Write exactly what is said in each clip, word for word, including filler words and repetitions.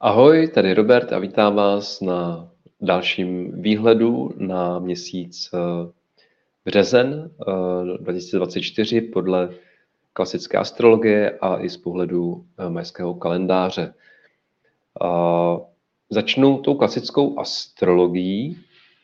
Ahoj, tady Robert a vítám vás na dalším výhledu na měsíc eh, březen eh, dva tisíce dvacet čtyři podle klasické astrologie a i z pohledu eh, majského kalendáře. A začnu tou klasickou astrologií.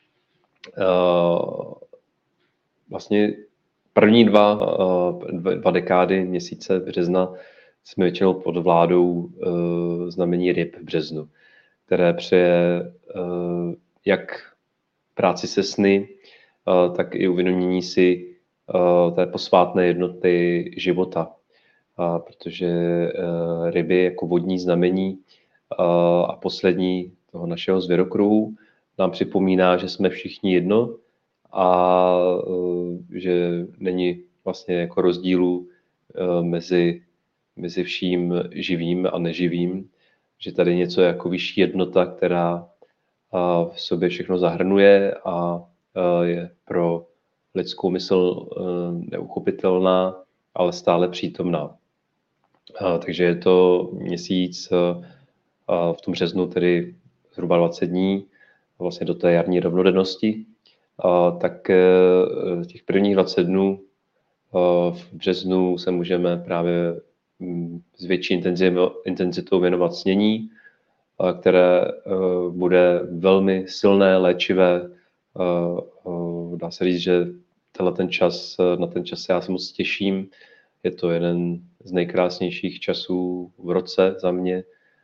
Eh, Vlastně první dva, eh, dva, dva dekády měsíce března jsme většinou pod vládou eh, znamení ryb v březnu, které přeje eh, jak práci se sny, eh, tak i uvědomění si eh, té posvátné jednoty života. A protože eh, ryby jako vodní znamení eh, a poslední toho našeho zvěrokruhu nám připomíná, že jsme všichni jedno a eh, že není vlastně jako rozdílu eh, mezi, mezi vším živým a neživým, že tady něco jako vyšší jednota, která v sobě všechno zahrnuje a je pro lidskou mysl neuchopitelná, ale stále přítomná. Takže je to měsíc v tom březnu, tedy zhruba dvacet dní, vlastně do té jarní rovnodennosti. Tak těch prvních dvacet dnů v březnu se můžeme právě s větší intenzitou věnovat snění, které bude velmi silné, léčivé. Dá se říct, že tenhle ten čas, na ten čas se já se moc těším. Je to jeden z nejkrásnějších časů v roce za mě.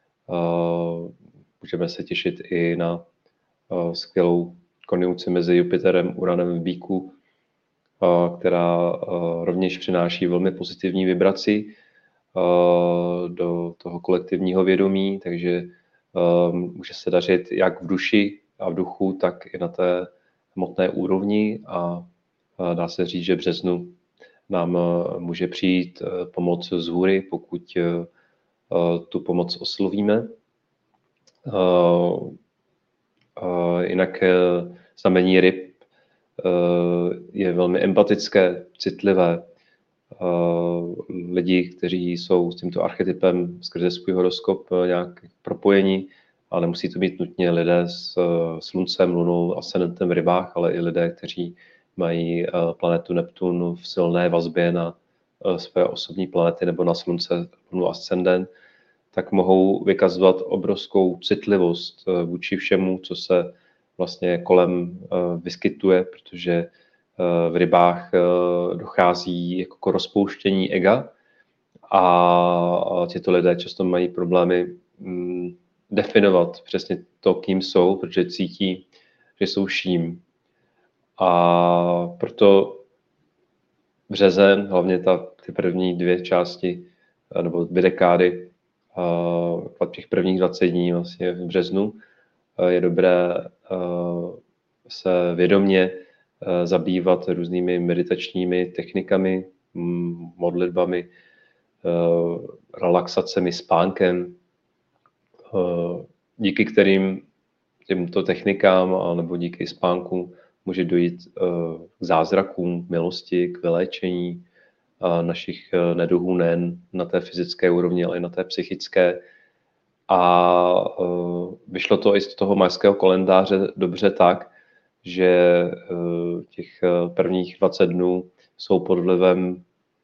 Můžeme se těšit i na skvělou konjunkci mezi Jupiterem a Uranem v Býku, která rovněž přináší velmi pozitivní vibraci do toho kolektivního vědomí, takže může se dařit jak v duši a v duchu, tak i na té hmotné úrovni a dá se říct, že v březnu nám může přijít pomoc z hůry, pokud tu pomoc oslovíme. Jinak znamení ryb je velmi empatické, citlivé. Lidi, kteří jsou s tímto archetypem skrze svůj horoskop nějak propojeni, a nemusí to být nutně lidé s sluncem, lunou, ascendentem v rybách, ale i lidé, kteří mají planetu Neptun v silné vazbě na své osobní planety nebo na slunce, lunu, ascendent, tak mohou vykazovat obrovskou citlivost vůči všemu, co se vlastně kolem vyskytuje, protože v rybách dochází jako k rozpouštění ega a tyto lidé často mají problémy definovat přesně to, kým jsou, protože cítí, že jsou vším. A proto březen, hlavně ta, ty první dvě části nebo dvě dekády, a těch prvních dvacet dní vlastně v březnu, je dobré se vědomě zabývat různými meditačními technikami, modlitbami, relaxacemi, spánkem, díky kterým těmto technikám nebo díky spánku může dojít k zázrakům, milosti, k vyléčení našich neduhů nejen na té fyzické úrovni, ale i na té psychické. A vyšlo to i z toho majského kalendáře dobře tak, že těch prvních dvacet dnů jsou pod vlivem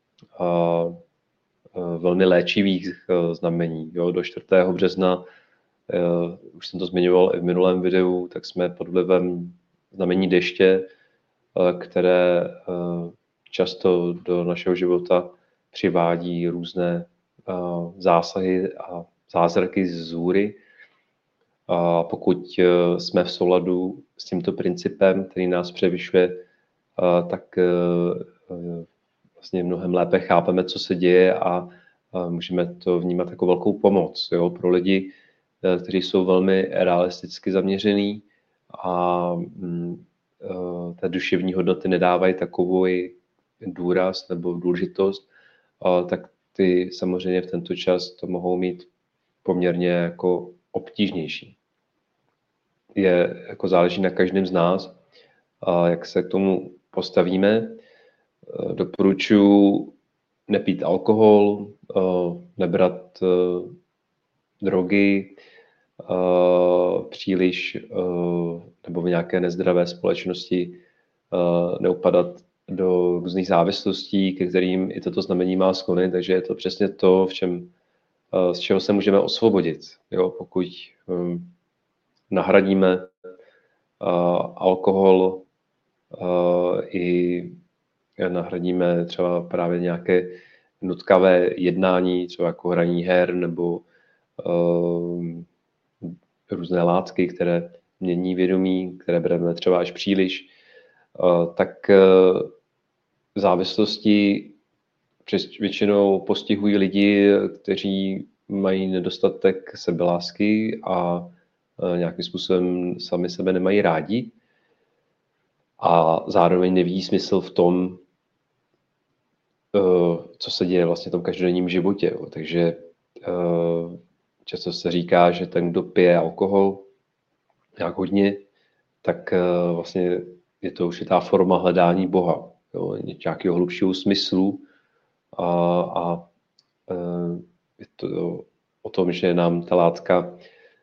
velmi léčivých znamení. Jo, do čtvrtého března, už jsem to zmiňoval i v minulém videu, tak jsme pod vlivem znamení deště, které často do našeho života přivádí různé zásahy a zázraky z hůry. A pokud jsme v souladu s tímto principem, který nás převyšuje, tak vlastně mnohem lépe chápeme, co se děje a můžeme to vnímat jako velkou pomoc, jo, pro lidi, kteří jsou velmi realisticky zaměřený a té duševní hodnoty nedávají takový důraz nebo důležitost, tak ty samozřejmě v tento čas to mohou mít poměrně jako obtížnější. Je, jako záleží na každém z nás, jak se k tomu postavíme. Doporučuji nepít alkohol, nebrat drogy, uh, příliš uh, nebo v nějaké nezdravé společnosti uh, neupadat do různých závislostí, ke kterým i toto znamení má sklony, takže je to přesně to, v čem, uh, z čeho se můžeme osvobodit. Jo? Pokud um, nahradíme uh, alkohol uh, i nahradíme třeba právě nějaké nutkavé jednání, třeba jako hraní her nebo uh, různé látky, které mění vědomí, které bereme třeba až příliš, uh, tak uh, závislosti většinou postihují lidi, kteří mají nedostatek sebelásky a uh, nějakým způsobem sami sebe nemají rádi a zároveň nevidí smysl v tom, co se děje vlastně v tom každodenním životě. Jo. Takže často se říká, že ten, kdo pije alkohol nějak hodně, tak vlastně je to určitá forma hledání Boha, jo, nějakého hlubšího smyslu a, a je to o tom, že nám ta látka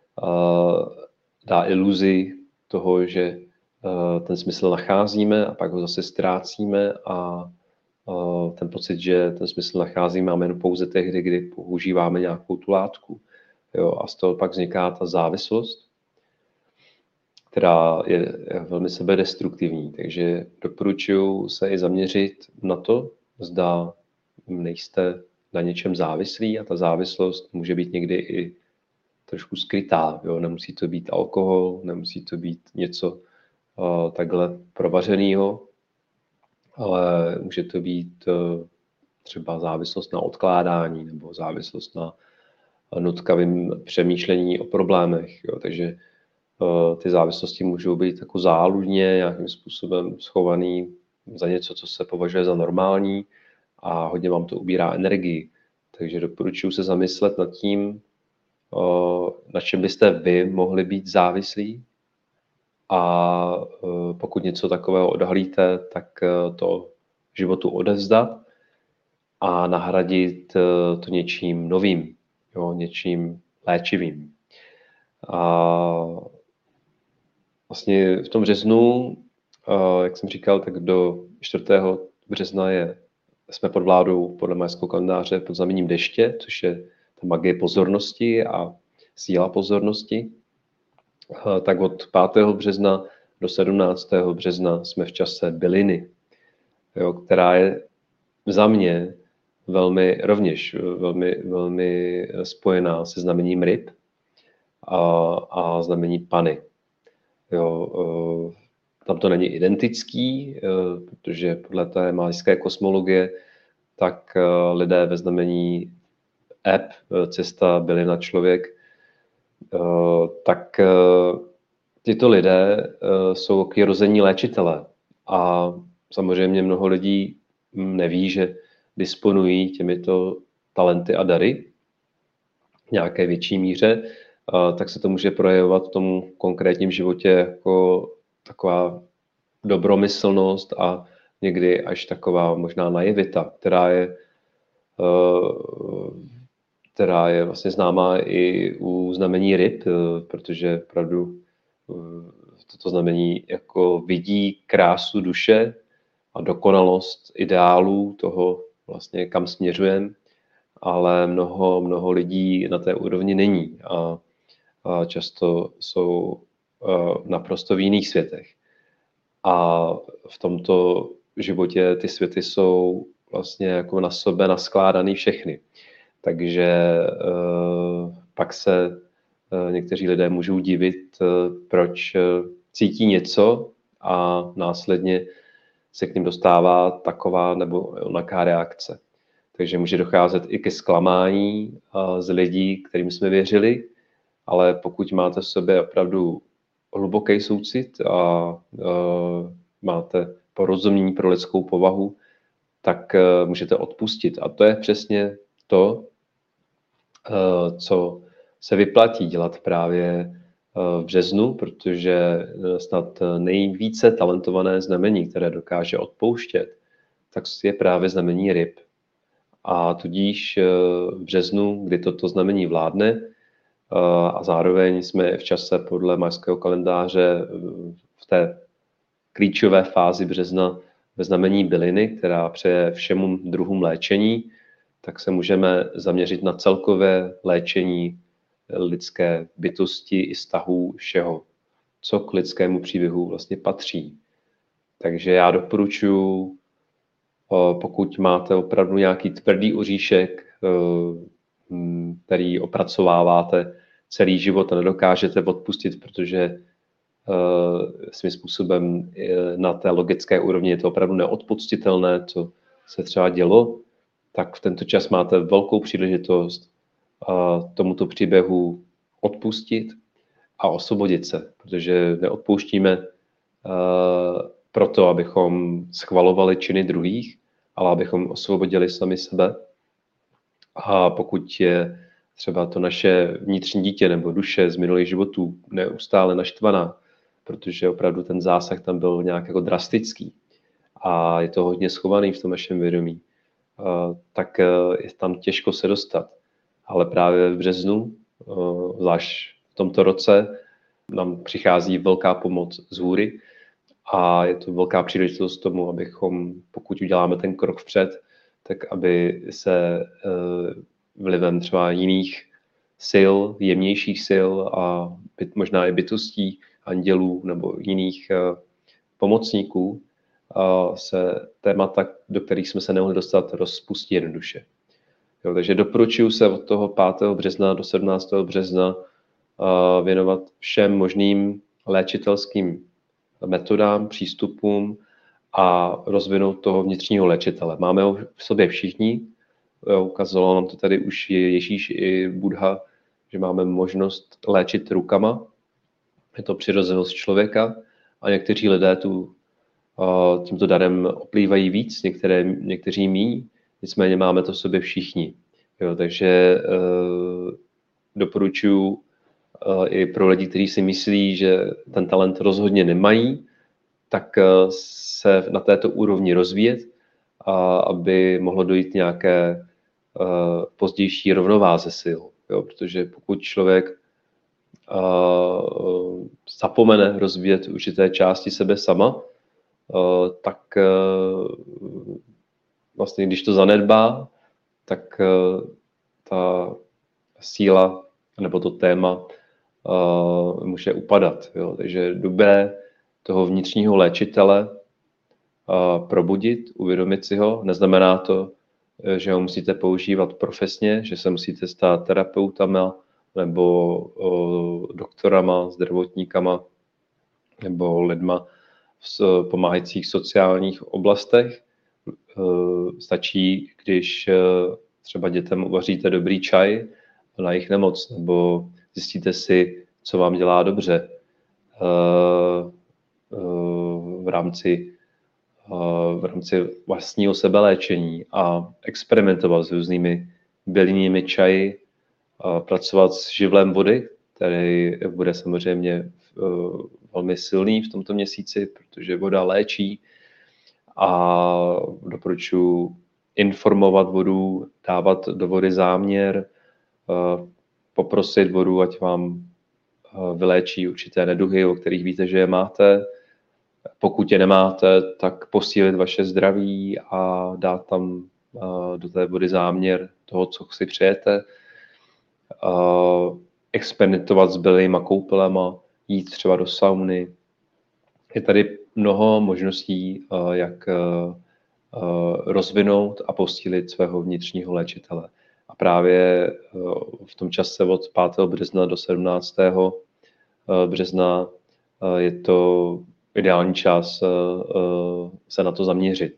dá iluzi toho, že ten smysl nacházíme a pak ho zase ztrácíme a ten pocit, že ten smysl nacházíme máme jen pouze tehdy, kdy používáme nějakou tu látku. Jo, a z toho pak vzniká ta závislost, která je velmi sebedestruktivní. Takže doporučuji se i zaměřit na to, zda nejste na něčem závislí a ta závislost může být někdy i trošku skrytá. Jo? Nemusí to být alkohol, nemusí to být něco uh, takhle provařeného, ale může to být uh, třeba závislost na odkládání nebo závislost na nutkavým přemýšlení o problémech. Jo? Takže uh, ty závislosti můžou být jako záludně nějakým způsobem schovaný za něco, co se považuje za normální a hodně vám to ubírá energii. Takže doporučuji se zamyslet nad tím, uh, na čem byste vy mohli být závislí a uh, pokud něco takového odhalíte, tak uh, to životu odevzdat a nahradit uh, to něčím novým, jo, něčím léčivým. A vlastně v tom březnu, jak jsem říkal, tak do čtvrtého března je, jsme pod vládou podle majského kalendáře pod znamením deště, což je ta magie pozornosti a síla pozornosti. Tak od pátého března do sedmnáctého března jsme v čase byliny, jo, která je za mě velmi rovněž velmi, velmi spojená se znamením ryb a, a znamení Pany. Jo, tam to není identický, protože podle té malajské kosmologie tak lidé ve znamení Eb, cesta, bylina, člověk, tak tyto lidé jsou takový rození léčitelé. A samozřejmě mnoho lidí neví, že disponují těmito talenty a dary v nějaké větší míře, tak se to může projevovat v tom konkrétním životě jako taková dobromyslnost a někdy až taková možná naivita, která je, která je vlastně známá i u znamení ryb, protože opravdu toto znamení jako vidí krásu duše a dokonalost ideálů toho vlastně kam směřujeme, ale mnoho, mnoho lidí na té úrovni není a, a často jsou naprosto v jiných světech. A v tomto životě ty světy jsou vlastně jako na sebe naskládaný všechny. Takže uh, pak se uh, někteří lidé můžou divit, uh, proč uh, cítí něco a následně se k ním dostává taková nebo onaká reakce. Takže může docházet i ke zklamání uh, z lidí, kterým jsme věřili, ale pokud máte v sobě opravdu hluboký soucit a uh, máte porozumění pro lidskou povahu, tak uh, můžete odpustit. A to je přesně to, uh, co se vyplatí dělat právě uh, v březnu, protože snad nejvíce talentované znamení, které dokáže odpouštět, tak je právě znamení ryb. A tudíž uh, v březnu, kdy toto znamení vládne, a zároveň jsme v čase podle majského kalendáře v té klíčové fázi března ve znamení byliny, která přeje všemu druhům léčení, tak se můžeme zaměřit na celkové léčení lidské bytosti i vztahů všeho, co k lidskému příběhu vlastně patří. Takže já doporučuji, pokud máte opravdu nějaký tvrdý oříšek, který opracováváte celý život a nedokážete odpustit, protože svým způsobem na té logické úrovni je to opravdu neodpustitelné, co se třeba dělo, tak v tento čas máte velkou příležitost tomuto příběhu odpustit a osvobodit se, protože neodpouštíme proto, abychom schvalovali činy druhých, ale abychom osvobodili sami sebe. A pokud je třeba to naše vnitřní dítě nebo duše z minulých životů neustále naštvaná, protože opravdu ten zásah tam byl nějak jako drastický a je to hodně schovaný v tom našem vědomí, tak je tam těžko se dostat. Ale právě v březnu, zvlášť v tomto roce, nám přichází velká pomoc z hůry a je to velká příležitost tomu, abychom, pokud uděláme ten krok vpřed, tak aby se vlivem třeba jiných sil, jemnějších sil a byt, možná i bytostí, andělů nebo jiných pomocníků se témata, do kterých jsme se nemohli dostat, rozpustí jednoduše. Jo, takže doporučuji se od toho pátého března do sedmnáctého března věnovat všem možným léčitelským metodám, přístupům a rozvinout toho vnitřního léčitele. Máme ho v sobě všichni, ukázalo nám to tady už Ježíš i Buddha, že máme možnost léčit rukama, je to přirozenost člověka a někteří lidé tu tímto darem oplývají víc, některé, někteří míň, nicméně máme to v sobě všichni. Jo, takže uh, doporučuji uh, i pro lidi, kteří si myslí, že ten talent rozhodně nemají, tak uh, se na této úrovni rozvíjet, a aby mohlo dojít nějaké uh, pozdější rovnováze sil. Jo, protože pokud člověk uh, zapomene rozvíjet určité části sebe sama, uh, tak uh, vlastně když to zanedbá, tak uh, ta síla nebo to téma uh, může upadat. Jo. Takže je dobré toho vnitřního léčitele uh, probudit, uvědomit si ho. Neznamená to, že ho musíte používat profesně, že se musíte stát terapeutama nebo uh, doktorama, zdravotníkama nebo lidma v pomáhajících sociálních oblastech. Stačí, když třeba dětem uvaříte dobrý čaj na jejich nemoc, nebo zjistíte si, co vám dělá dobře v rámci, v rámci vlastního sebeléčení a experimentovat s různými bylinnými čaji, pracovat s živlem vody, který bude samozřejmě velmi silný v tomto měsíci, protože voda léčí, a doporučuji informovat vodu, dávat do vody záměr, poprosit vodu, ať vám vyléčí určité neduhy, o kterých víte, že je máte. Pokud je nemáte, tak posílit vaše zdraví a dát tam do té vody záměr toho, co si přejete. Experimentovat s bylinými koupelema, jít třeba do sauny. Je tady mnoho možností, jak rozvinout a posílit svého vnitřního léčitele. A právě v tom čase od pátého března do sedmnáctého března je to ideální čas se na to zaměřit.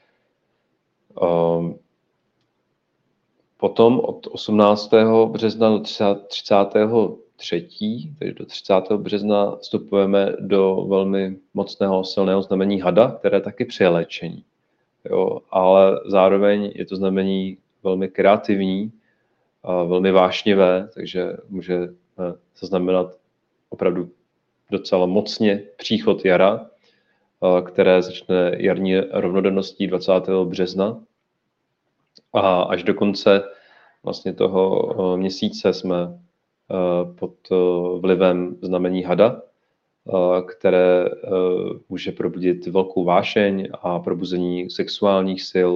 Potom od osmnáctého března do třicátého třetího takže do třicátého března vstupujeme do velmi mocného silného znamení hada, které taky přeje léčení. Jo, ale zároveň je to znamení velmi kreativní, a velmi vášnivé, takže může zaznamenat opravdu docela mocně příchod jara, které začne jarní rovnodenností dvacátého března. A až do konce vlastně toho měsíce jsme pod vlivem znamení hada, které může probudit velkou vášeň a probuzení sexuálních sil,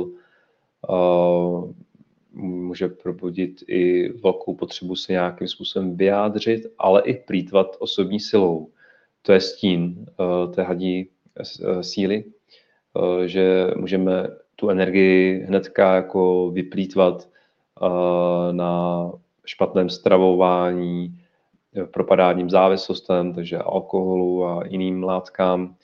může probudit i velkou potřebu se nějakým způsobem vyjádřit, ale i plýtvat osobní silou. To je stín té hadí síly, že můžeme tu energii hnedka jako vyplýtvat na špatném stravování, propadáním závislostem, takže alkoholu a jiným látkám.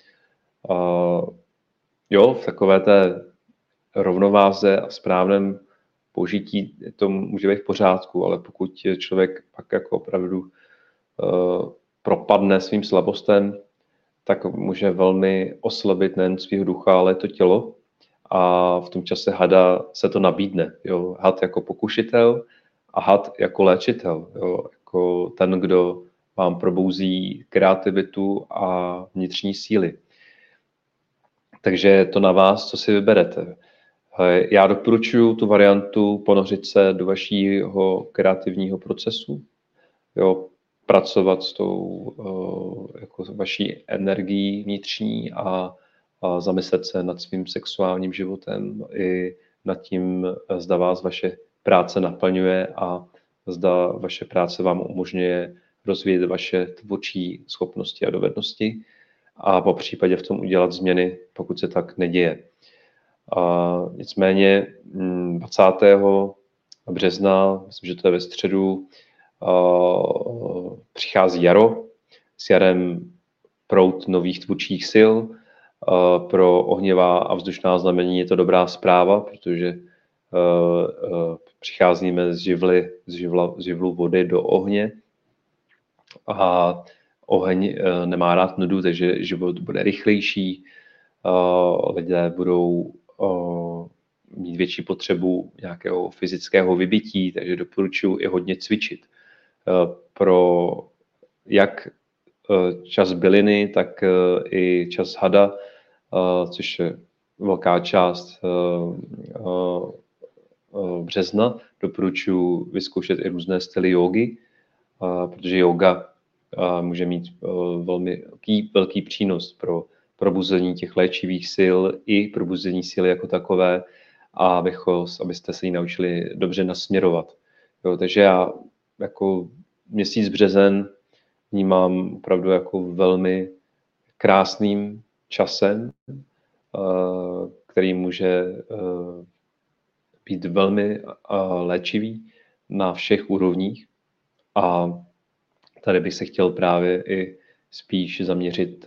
Jo, v takové té rovnováze a správném použití to může být v pořádku, ale pokud člověk pak jako opravdu uh, propadne svým slabostem, tak může velmi oslabit nejen svého ducha, ale to tělo. A v tom čase hada se to nabídne. Jo? Had jako pokušitel a had jako léčitel. Jo? Jako ten, kdo vám probouzí kreativitu a vnitřní síly. Takže je to na vás, co si vyberete. Já doporučuji tu variantu ponořit se do vašího kreativního procesu, jo, pracovat s tou jako vaší energií vnitřní a, a zamyslet se nad svým sexuálním životem i nad tím, zda vás vaše práce naplňuje a zda vaše práce vám umožňuje rozvíjet vaše tvůrčí schopnosti a dovednosti a po případě v tom udělat změny, pokud se tak neděje. A nicméně dvacátého března, myslím, že to je ve středu, přichází jaro. S jarem proud nových tvůrčích sil. Pro ohnivá a vzdušná znamení je to dobrá zpráva, protože přicházíme z, živly, z, živla, z živlu vody do ohně a oheň nemá rád nudu, takže život bude rychlejší, lidé budou mít větší potřebu nějakého fyzického vybití, takže doporučuji i hodně cvičit. Pro jak čas byliny, tak i čas hada, což je velká část března, doporučuji vyzkoušet i různé styly jógy, protože jóga může mít velmi velký, velký přínos pro probuzení těch léčivých sil i probuzení síly jako takové, a abycho, abyste se ji naučili dobře nasměrovat. Jo, takže já jako měsíc březen vnímám opravdu jako velmi krásným časem, který může být velmi léčivý na všech úrovních. A tady bych se chtěl právě i spíš zaměřit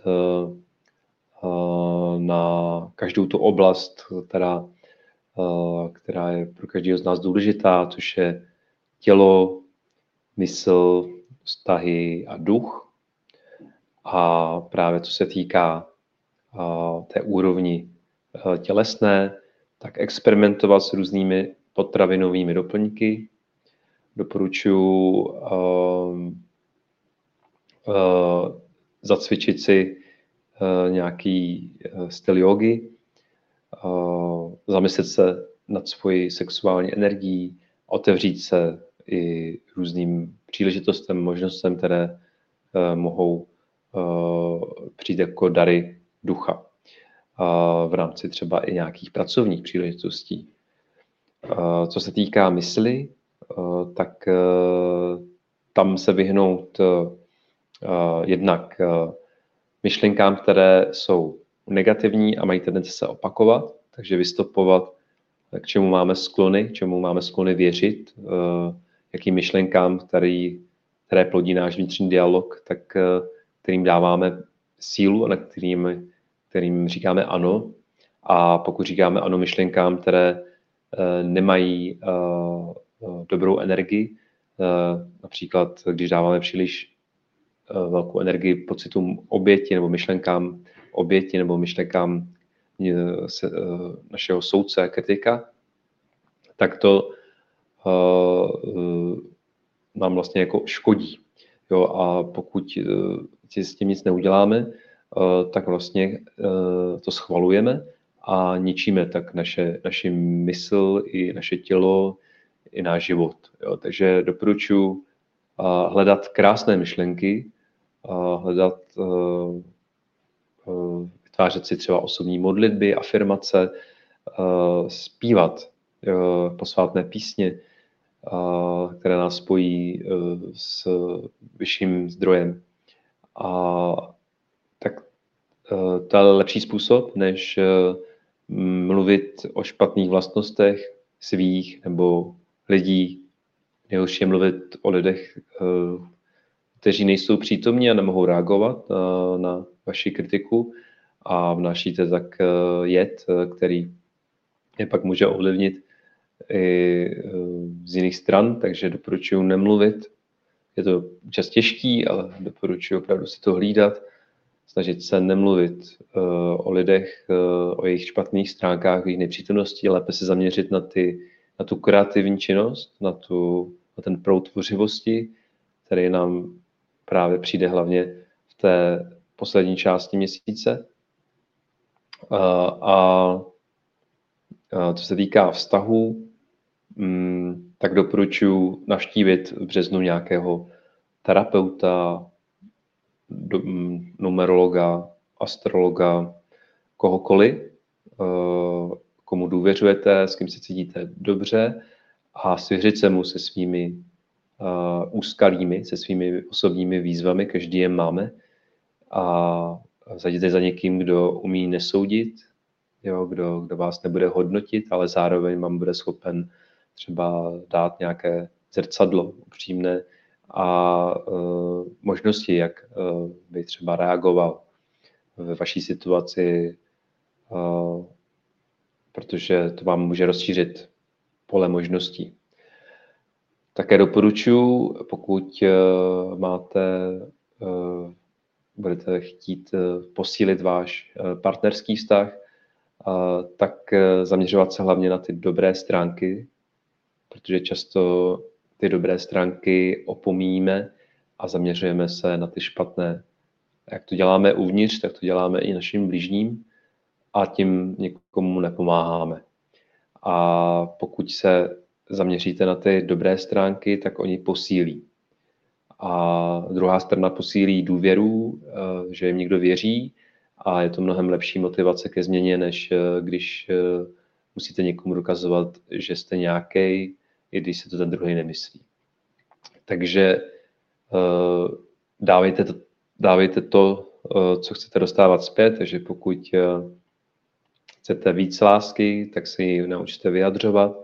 na každou tu oblast, která, která je pro každého z nás důležitá, což je tělo, mysl, vztahy a duch. A právě co se týká té úrovni tělesné, tak experimentovat s různými potravinovými doplňky. Doporučuji uh, uh, zacvičit si uh, nějaký uh, styl jógy, uh, zamyslet se nad svojí sexuální energií, otevřít se i různým příležitostem, možnostem, které uh, mohou uh, přijít jako dary ducha uh, v rámci třeba i nějakých pracovních příležitostí. Uh, co se týká mysli, uh, tak uh, tam se vyhnout uh, jednak uh, myšlenkám, které jsou negativní a mají tendenci se opakovat, takže vystopovat, k čemu máme sklony, k čemu máme sklony věřit, uh, jakým myšlenkám, který, které plodí náš vnitřní dialog, tak uh, kterým dáváme sílu a na kterým, kterým říkáme ano. A pokud říkáme ano myšlenkám, které uh, nemají uh, dobrou energii, uh, například když dáváme příliš uh, velkou energii pocitům oběti nebo myšlenkám oběti nebo myšlenkám uh, se, uh, našeho soudce a kritika, tak to uh, uh, nám vlastně jako škodí. Jo, a pokud uh, s tím nic neuděláme, uh, tak vlastně uh, to schvalujeme a ničíme tak naše, naši mysl i naše tělo i náš život. Jo. Takže doporučuji uh, a hledat krásné myšlenky, a hledat, uh, uh, vytvářet si třeba osobní modlitby, afirmace, uh, zpívat uh, posvátné písně, uh, které nás spojí uh, s vyšším zdrojem. A tak uh, to je lepší způsob, než uh, mluvit o špatných vlastnostech svých nebo lidí. Nejhorší je mluvit o lidech, kteří nejsou přítomní a nemohou reagovat na, na vaši kritiku a vnášíte tak jed, který je pak může ovlivnit i z jiných stran, takže doporučuji nemluvit. Je to čas těžký, ale doporučuji opravdu si to hlídat, snažit se nemluvit o lidech, o jejich špatných stránkách, o jejich nepřítomnosti, lépe se zaměřit na, ty, na tu kreativní činnost, na, tu, na ten proud tvořivosti, který nám právě přijde hlavně v té poslední části měsíce. A, a, a co se týká vztahů, tak doporučuji navštívit v březnu nějakého terapeuta, numerologa, astrologa, kohokoliv, komu důvěřujete, s kým se cítíte dobře a svěřit se mu se svými úskalími, se svými osobními výzvami, každý je máme, a zajděte za někým, kdo umí nesoudit, jo, kdo, kdo vás nebude hodnotit, ale zároveň vám bude schopen třeba dát nějaké zrcadlo upřímné a uh, možnosti, jak uh, by třeba reagoval ve vaší situaci, uh, protože to vám může rozšířit pole možností. Také doporučuji, pokud uh, máte, uh, budete chtít uh, posílit váš uh, partnerský vztah, uh, tak uh, zaměřovat se hlavně na ty dobré stránky, protože často ty dobré stránky opomíjíme a zaměřujeme se na ty špatné. Jak to děláme uvnitř, tak to děláme i našim bližním a tím někomu nepomáháme. A pokud se zaměříte na ty dobré stránky, tak oni posílí. A druhá strana posílí důvěru, že jim někdo věří a je to mnohem lepší motivace ke změně, než když musíte někomu dokazovat, že jste nějaký, i když se to ten druhý nemyslí. Takže uh, dávejte, to, dávejte to, uh, co chcete dostávat zpět, takže pokud uh, chcete víc lásky, tak si ji naučte vyjadřovat.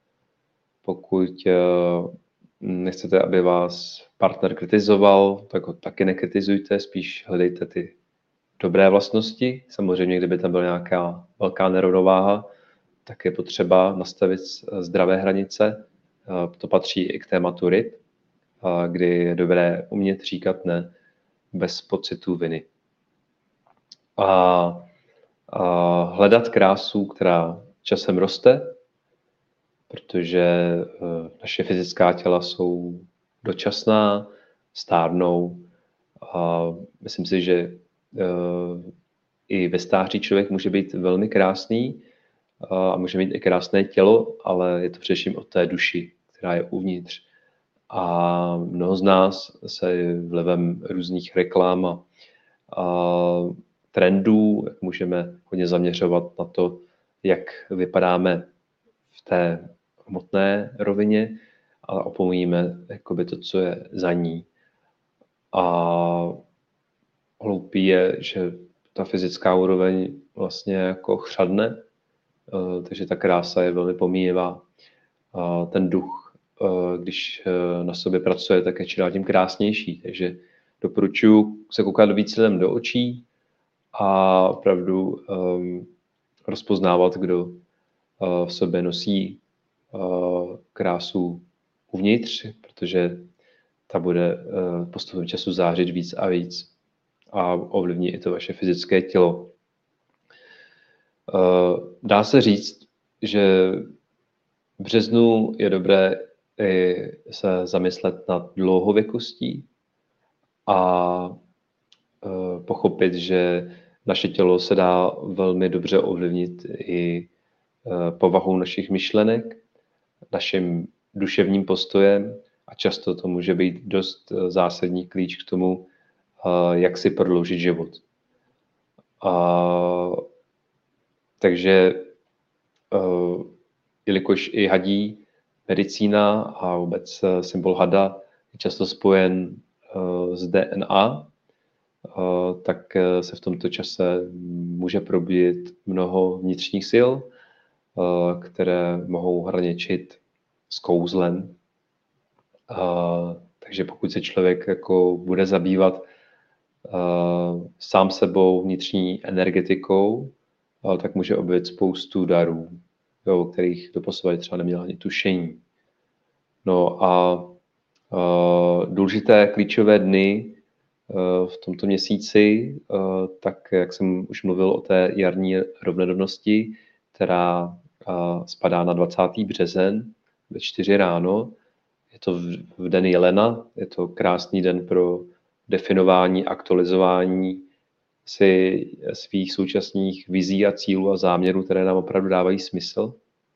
Pokud uh, nechcete, aby vás partner kritizoval, tak ho taky nekritizujte, spíš hledejte ty dobré vlastnosti. Samozřejmě, kdyby tam byla nějaká velká nerovnováha, tak je potřeba nastavit zdravé hranice. To patří i k tématu ryb, kdy je dobré umět říkat ne bez pocitu viny. A, a hledat krásu, která časem roste, protože naše fyzická těla jsou dočasná, stárnou. A myslím si, že i ve stáří člověk může být velmi krásný a může mít i krásné tělo, ale je to především o té duši, která je uvnitř. A mnoho z nás se vlivem různých reklam a, a trendů jak můžeme hodně zaměřovat na to, jak vypadáme v té hmotné rovině, ale opomíjíme jakoby to, co je za ní. A hloupý je, že ta fyzická úroveň vlastně jako chřadne, takže ta krása je velmi pomíjivá. Ten duch, když na sobě pracuje, tak je čím dál tím krásnější. Takže doporučuji se koukat víc lidem do očí a opravdu um, rozpoznávat, kdo uh, v sobě nosí uh, krásu uvnitř, protože ta bude uh, postupem času zářit víc a víc a ovlivní i to vaše fyzické tělo. Uh, dá se říct, že v březnu je dobré i se zamyslet nad dlouhověkostí a uh, pochopit, že naše tělo se dá velmi dobře ovlivnit i uh, povahou našich myšlenek, naším duševním postojem a často to může být dost zásadní klíč k tomu, jak si prodloužit život. A, takže jelikož i hadí medicína a vůbec symbol hada je často spojen s D N A, tak se v tomto čase může probudit mnoho vnitřních sil, které mohou hraničit s kouzlem. Takže pokud se člověk jako bude zabývat sám sebou, vnitřní energetikou, tak může objevit spoustu darů, jo, o kterých doposud třeba neměl ani tušení. No a uh, důležité klíčové dny uh, v tomto měsíci, uh, tak jak jsem už mluvil o té jarní rovnodennosti, která uh, spadá na dvacátý březen ve čtyři ráno. Je to v, v den jelena, je to krásný den pro definování, aktualizování si svých současných vizí a cílů a záměrů, které nám opravdu dávají smysl.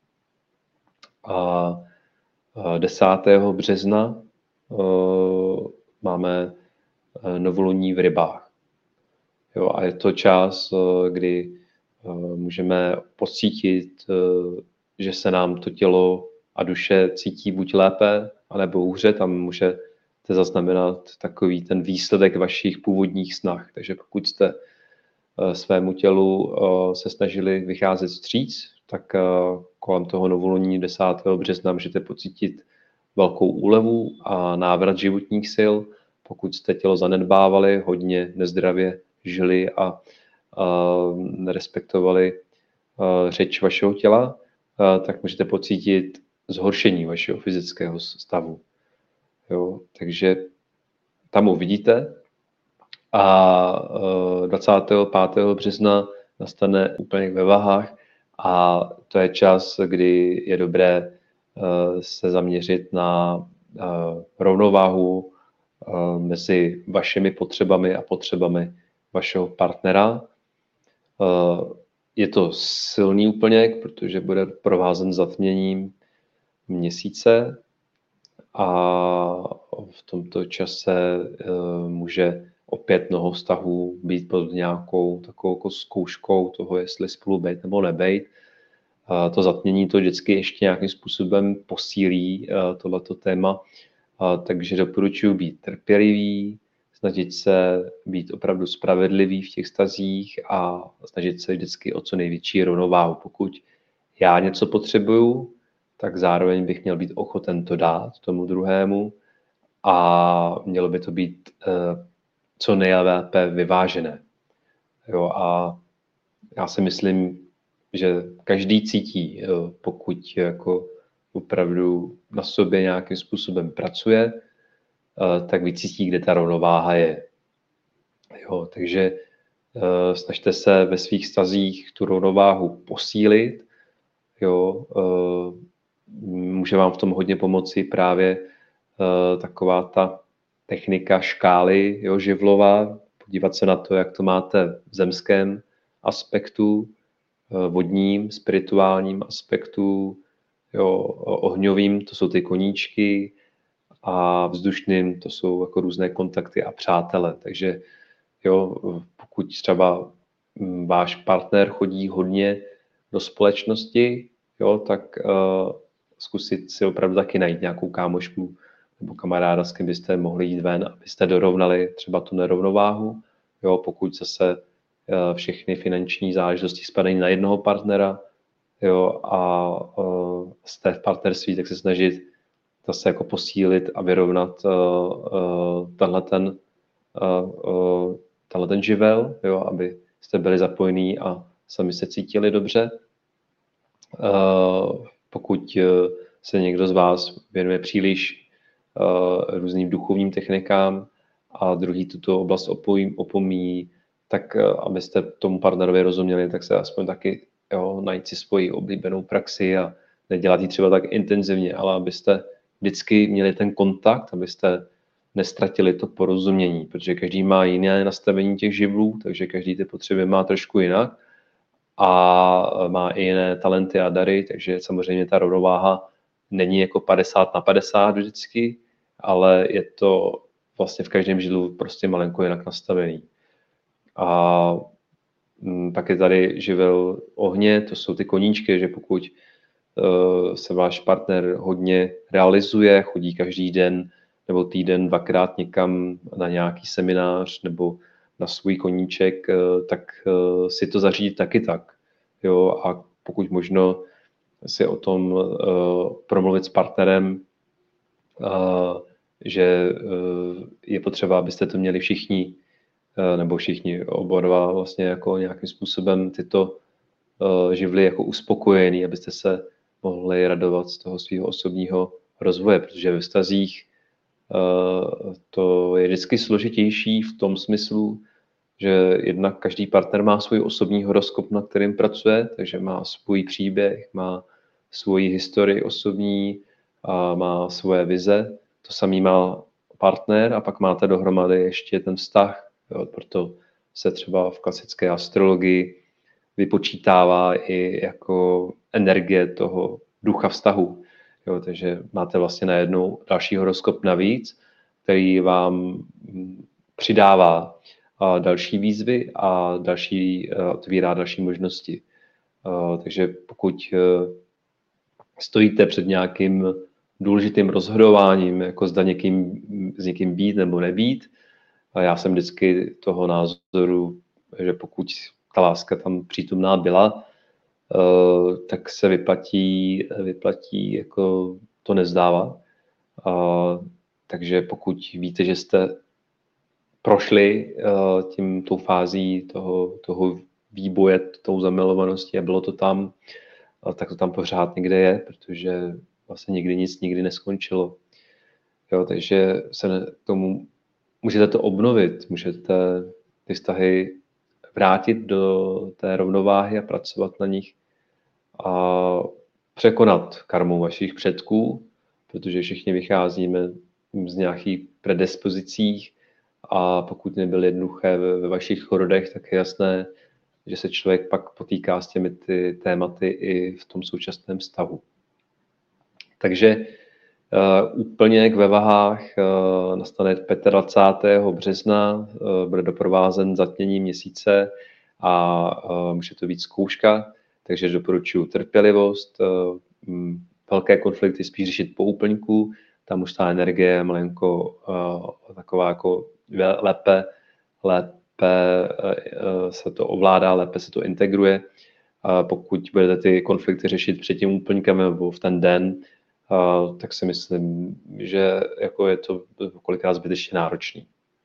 A desátého března uh, máme novoluní v rybách. Jo, a je to čas, uh, kdy uh, můžeme pocítit, uh, že se nám to tělo a duše cítí buď lépe, anebo hůře. Tam můžete zaznamenat takový ten výsledek vašich původních snah. Takže pokud jste uh, svému tělu uh, se snažili vycházet vstříc, tak uh, kolem toho novoluní desátého března můžete pocítit velkou úlevu a návrat životních sil. Pokud jste tělo zanedbávali, hodně nezdravě žili a, a nerespektovali a, řeč vašeho těla, a, tak můžete pocítit zhoršení vašeho fyzického stavu. Jo, takže tam uvidíte. A dvacátého pátého března nastane úplně ve vahách a to je čas, kdy je dobré se zaměřit na rovnováhu mezi vašimi potřebami a potřebami vašeho partnera. Je to silný úplněk, protože bude provázen zatměním měsíce a v tomto čase může opět mnoho vztahů být pod nějakou takovou jako zkouškou toho, jestli spolu být nebo nebejt. To zatmění to vždycky ještě nějakým způsobem posílí tohleto téma, takže doporučuji být trpělivý, snažit se být opravdu spravedlivý v těch vztazích a snažit se vždycky o co největší rovnováhu. Pokud já něco potřebuju, tak zároveň bych měl být ochoten to dát tomu druhému a mělo by to být co nejlépe vyvážené. Jo, a já si myslím, že každý cítí, pokud jako opravdu na sobě nějakým způsobem pracuje, tak vycítí, kde ta rovnováha je. Jo, takže snažte se ve svých vztazích tu rovnováhu posílit. Jo, může vám v tom hodně pomoci právě taková ta technika škály, jo, živlová, podívat se na to, jak to máte v zemském aspektu, vodním, spirituálním aspektu, jo, ohňovým, to jsou ty koníčky, a vzdušným, to jsou jako různé kontakty a přátele. Takže jo, pokud třeba váš partner chodí hodně do společnosti, jo, tak uh, zkusit si opravdu taky najít nějakou kámošku nebo kamaráda, s kým byste mohli jít ven, abyste dorovnali třeba tu nerovnováhu. Jo, pokud zase uh, všechny finanční záležitosti spadají na jednoho partnera, jo, a uh, jste v partnerství, tak se snažit zase jako posílit a vyrovnat uh, uh, tenhle ten, uh, uh, tenhle ten živel, jo, aby jste byli zapojení a sami se cítili dobře. Uh, pokud uh, se někdo z vás věnuje příliš uh, různým duchovním technikám a druhý tuto oblast opomíjí, opomíjí tak uh, abyste tomu partnerovi rozuměli, tak se aspoň taky jo, najít si svoji oblíbenou praxi a nedělat ji třeba tak intenzivně, ale abyste vždycky měli ten kontakt, abyste nestratili to porozumění, protože každý má jiné nastavení těch živlů, takže každý ty potřeby má trošku jinak a má i jiné talenty a dary, takže samozřejmě ta rovnováha není jako padesát na padesát vždycky, ale je to vlastně v každém židlu prostě malinko jinak nastavený. A pak je tady živel ohně, to jsou ty koníčky, že pokud uh, se váš partner hodně realizuje, chodí každý den nebo týden dvakrát někam na nějaký seminář nebo na svůj koníček, uh, tak uh, si to zařídit taky tak. Jo? A pokud možno si o tom uh, promluvit s partnerem, uh, že uh, je potřeba, abyste to měli všichni, uh, nebo všichni oba dva vlastně jako nějakým způsobem tyto uh, živly jako uspokojený, abyste se mohli radovat z toho svého osobního rozvoje, protože ve vztazích uh, to je vždycky složitější v tom smyslu, že jednak každý partner má svůj osobní horoskop, na kterým pracuje, takže má svůj příběh, má svoji historii osobní a má svoje vize. To samý má partner a pak máte dohromady ještě ten vztah. Jo, proto se třeba v klasické astrologii vypočítává i jako energie toho ducha vztahu. Jo, takže máte vlastně najednou další horoskop navíc, který vám přidává další výzvy a další, otvírá další možnosti. Takže pokud stojíte před nějakým důležitým rozhodováním, jako zda někým, s někým být nebo nebýt, a já jsem vždycky toho názoru, že pokud ta láska tam přítomná byla, tak se vyplatí, vyplatí jako to nezdávat. Takže pokud víte, že jste prošli uh, tím tou fází toho, toho výboje, tou zamilovaností a bylo to tam, uh, tak to tam pořád někde je, protože vlastně nikdy nic nikdy neskončilo. Jo, takže se tomu můžete to obnovit, můžete ty vztahy vrátit do té rovnováhy a pracovat na nich a překonat karmu vašich předků, protože všichni vycházíme z nějakých predispozicích, a pokud nebyly jednoduché ve, ve vašich rodech, tak je jasné, že se člověk pak potýká s těmi ty tématy i v tom současném stavu. Takže uh, úplně ve vahách uh, nastane dvacátého pátého března, uh, bude doprovázen zatměním měsíce a uh, může to být zkouška, takže doporučuji trpělivost, uh, m, velké konflikty spíš řešit po úplňku, tam už ta energie je malinko uh, taková jako lépe, lépe se to ovládá, lépe se to integruje. Pokud budete ty konflikty řešit před tím úplňkem nebo v ten den, tak si myslím, že jako je to kolikrát zbytečně náročný.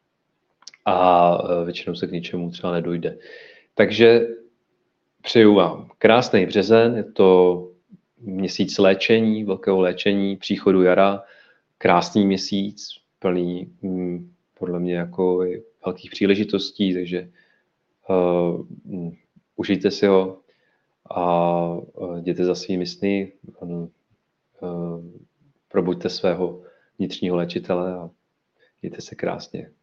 A většinou se k ničemu třeba nedojde. Takže přeju vám krásný březen, je to měsíc léčení, velkého léčení, příchodu jara, krásný měsíc, plný podle mě jako velkých příležitostí, takže uh, užijte si ho a uh, jděte za svými sny, uh, probuďte svého vnitřního léčitele a mějte se krásně.